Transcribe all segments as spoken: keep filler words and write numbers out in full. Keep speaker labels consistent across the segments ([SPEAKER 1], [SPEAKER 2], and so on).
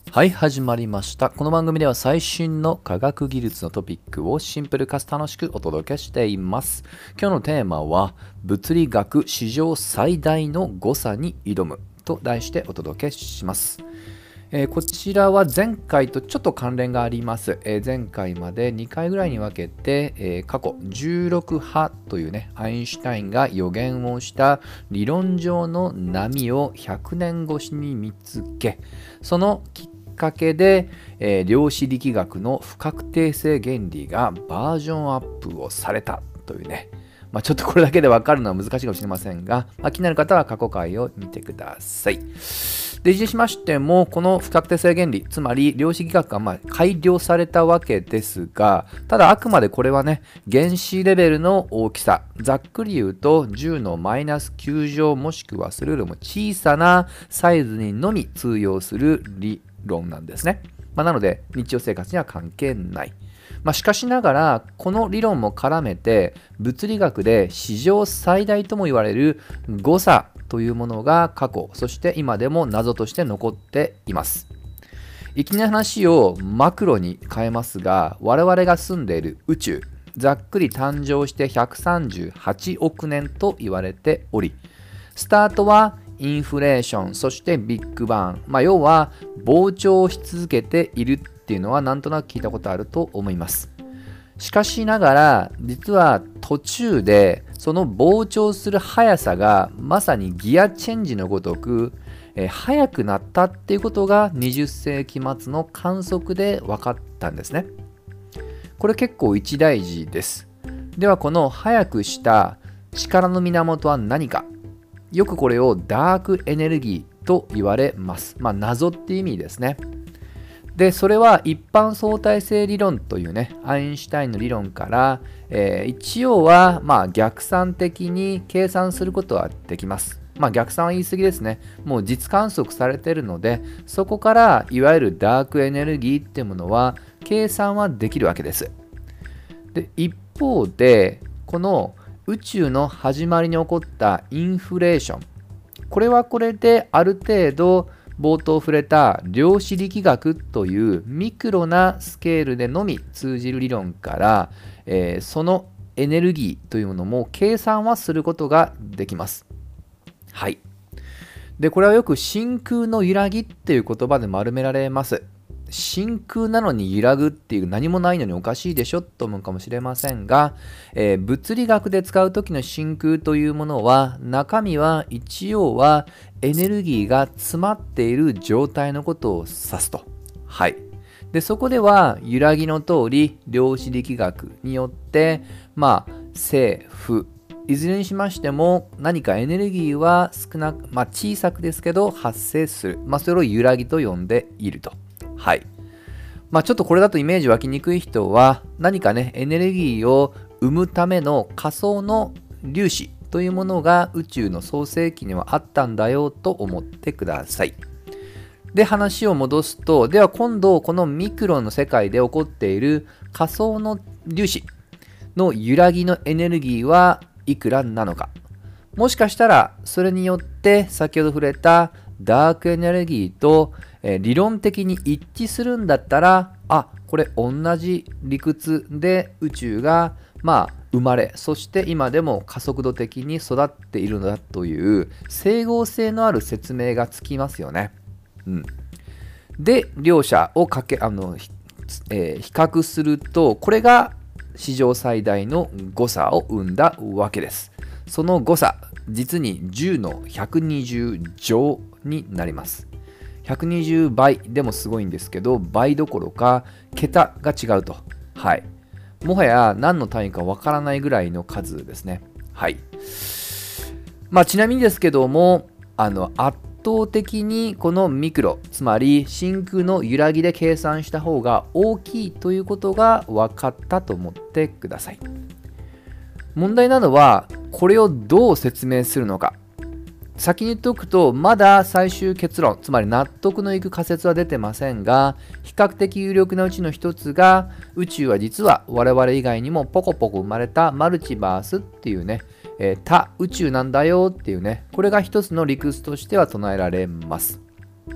[SPEAKER 1] はい、始まりました。この番組では最新の科学技術のトピックをシンプルかつ楽しくお届けしています。今日のテーマは、物理学史上最大の誤差に挑むと題してお届けします。えーこちらは前回とちょっと関連があります。えー前回までにかいぐらいに分けて、えー過去じゅうろく波というね、アインシュタインが予言をした理論上の波をひゃくねん越しに見つけ、そのきっかけで、えー量子力学の不確定性原理がバージョンアップをされたというね、まあ、ちょっとこれだけで分かるのは難しいかもしれませんが、まあ、気になる方は過去回を見てください。で、いずれにしましても、この不確定性原理、つまり量子力学がまあ改良されたわけですが、ただあくまでこれはね、原子レベルの大きさ、ざっくり言うとじゅうのマイナスきゅう乗もしくはそれよりも小さなサイズにのみ通用する理論なんですね。まあ、なので、日常生活には関係ない。まあ、しかしながら、この理論も絡めて、物理学で史上最大とも言われる誤差というものが過去、そして今でも謎として残っています。いきなり話をマクロに変えますが、我々が住んでいる宇宙、ざっくり誕生してひゃくさんじゅうはちおくねんと言われており、スタートはインフレーション、そしてビッグバン、まあ、要は膨張し続けているっていうのはなんとなく聞いたことあると思います。しかしながら、実は途中でその膨張する速さがまさにギアチェンジのごとく、えー速くなったっていうことがにじゅっせいき末の観測で分かったんですね。これ結構一大事です。ではこの速くした力の源は何か。よくこれをダークエネルギーと言われます。まあ謎っていう意味ですね。で、それは一般相対性理論というね、アインシュタインの理論から、えー一応はまあ逆算的に計算することはできます。まあ逆算は言い過ぎですね。もう実観測されているので、そこからいわゆるダークエネルギーっていうものは計算はできるわけです。で、一方で、この宇宙の始まりに起こったインフレーション、これはこれである程度冒頭触れた量子力学というミクロなスケールでのみ通じる理論から、えーそのエネルギーというものも計算はすることができます。はい。で、これはよく真空の揺らぎっていう言葉で丸められます。真空なのに揺らぐっていう何もないのにおかしいでしょと思うかもしれませんが、えー物理学で使う時の真空というものは中身は一応はエネルギーが詰まっている状態のことを指すと。はい。で、そこでは揺らぎの通り量子力学によってまあ正負いずれにしましても何かエネルギーは少なく、まあ、小さくですけど発生する、まあ、それを揺らぎと呼んでいると。はい。まあちょっとこれだとイメージ湧きにくい人は何かねエネルギーを生むための仮想の粒子というものが宇宙の創世記にはあったんだよと思ってください。で話を戻すと、では今度このミクロンの世界で起こっている仮想の粒子の揺らぎのエネルギーはいくらなのか。もしかしたらそれによって先ほど触れたダークエネルギーと、えー理論的に一致するんだったら、あ、これ同じ理屈で宇宙がまあ生まれ、そして今でも加速度的に育っているのだという整合性のある説明がつきますよね。うん、で、両者をかけあの、ひえー比較すると、これが史上最大の誤差を生んだわけです。その誤差、実にじゅうのひゃくにじゅう乗になります。ひゃくにじゅうばいでもすごいんですけど、倍どころか桁が違うと。はい。もはや何の単位かわからないぐらいの数ですね。はい。まあちなみにですけども、あの圧倒的にこのミクロ、つまり真空の揺らぎで計算した方が大きいということが分かったと思ってください。問題なのは、これをどう説明するのか。先に言っておくと、まだ最終結論、つまり納得のいく仮説は出てませんが、比較的有力なうちの一つが、宇宙は実は我々以外にもポコポコ生まれたマルチバースっていうね、えー多宇宙なんだよっていうね、これが一つの理屈としては唱えられます。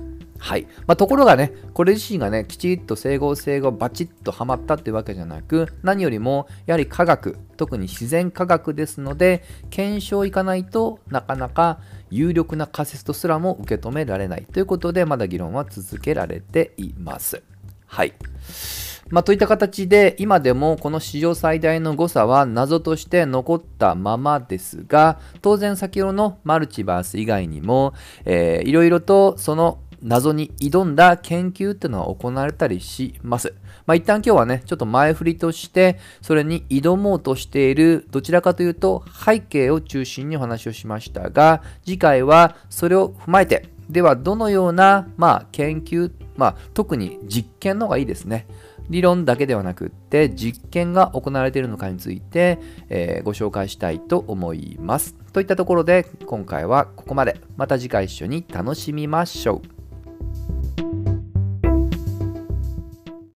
[SPEAKER 1] はい。まあ、ところがね、これ自身がね、きちっと整合性がバチッとはまったっていうわけじゃなく、何よりもやはり科学、特に自然科学ですので、検証いかないとなかなか有力な仮説とすらも受け止められないということで、まだ議論は続けられています。はい。まあ、といった形で、今でもこの史上最大の誤差は謎として残ったままですが、当然先ほどのマルチバース以外にも、えー、いろいろとその謎に挑んだ研究っていうのは行われたりします。まあ、一旦今日はね、ちょっと前振りとして、それに挑もうとしている、どちらかというと背景を中心にお話をしましたが、次回はそれを踏まえて、ではどのような、まあ、研究、まあ、特に実験の方がいいですね。理論だけではなくって実験が行われているのかについて、えー、ご紹介したいと思います。といったところで今回はここまで。また次回一緒に楽しみましょう。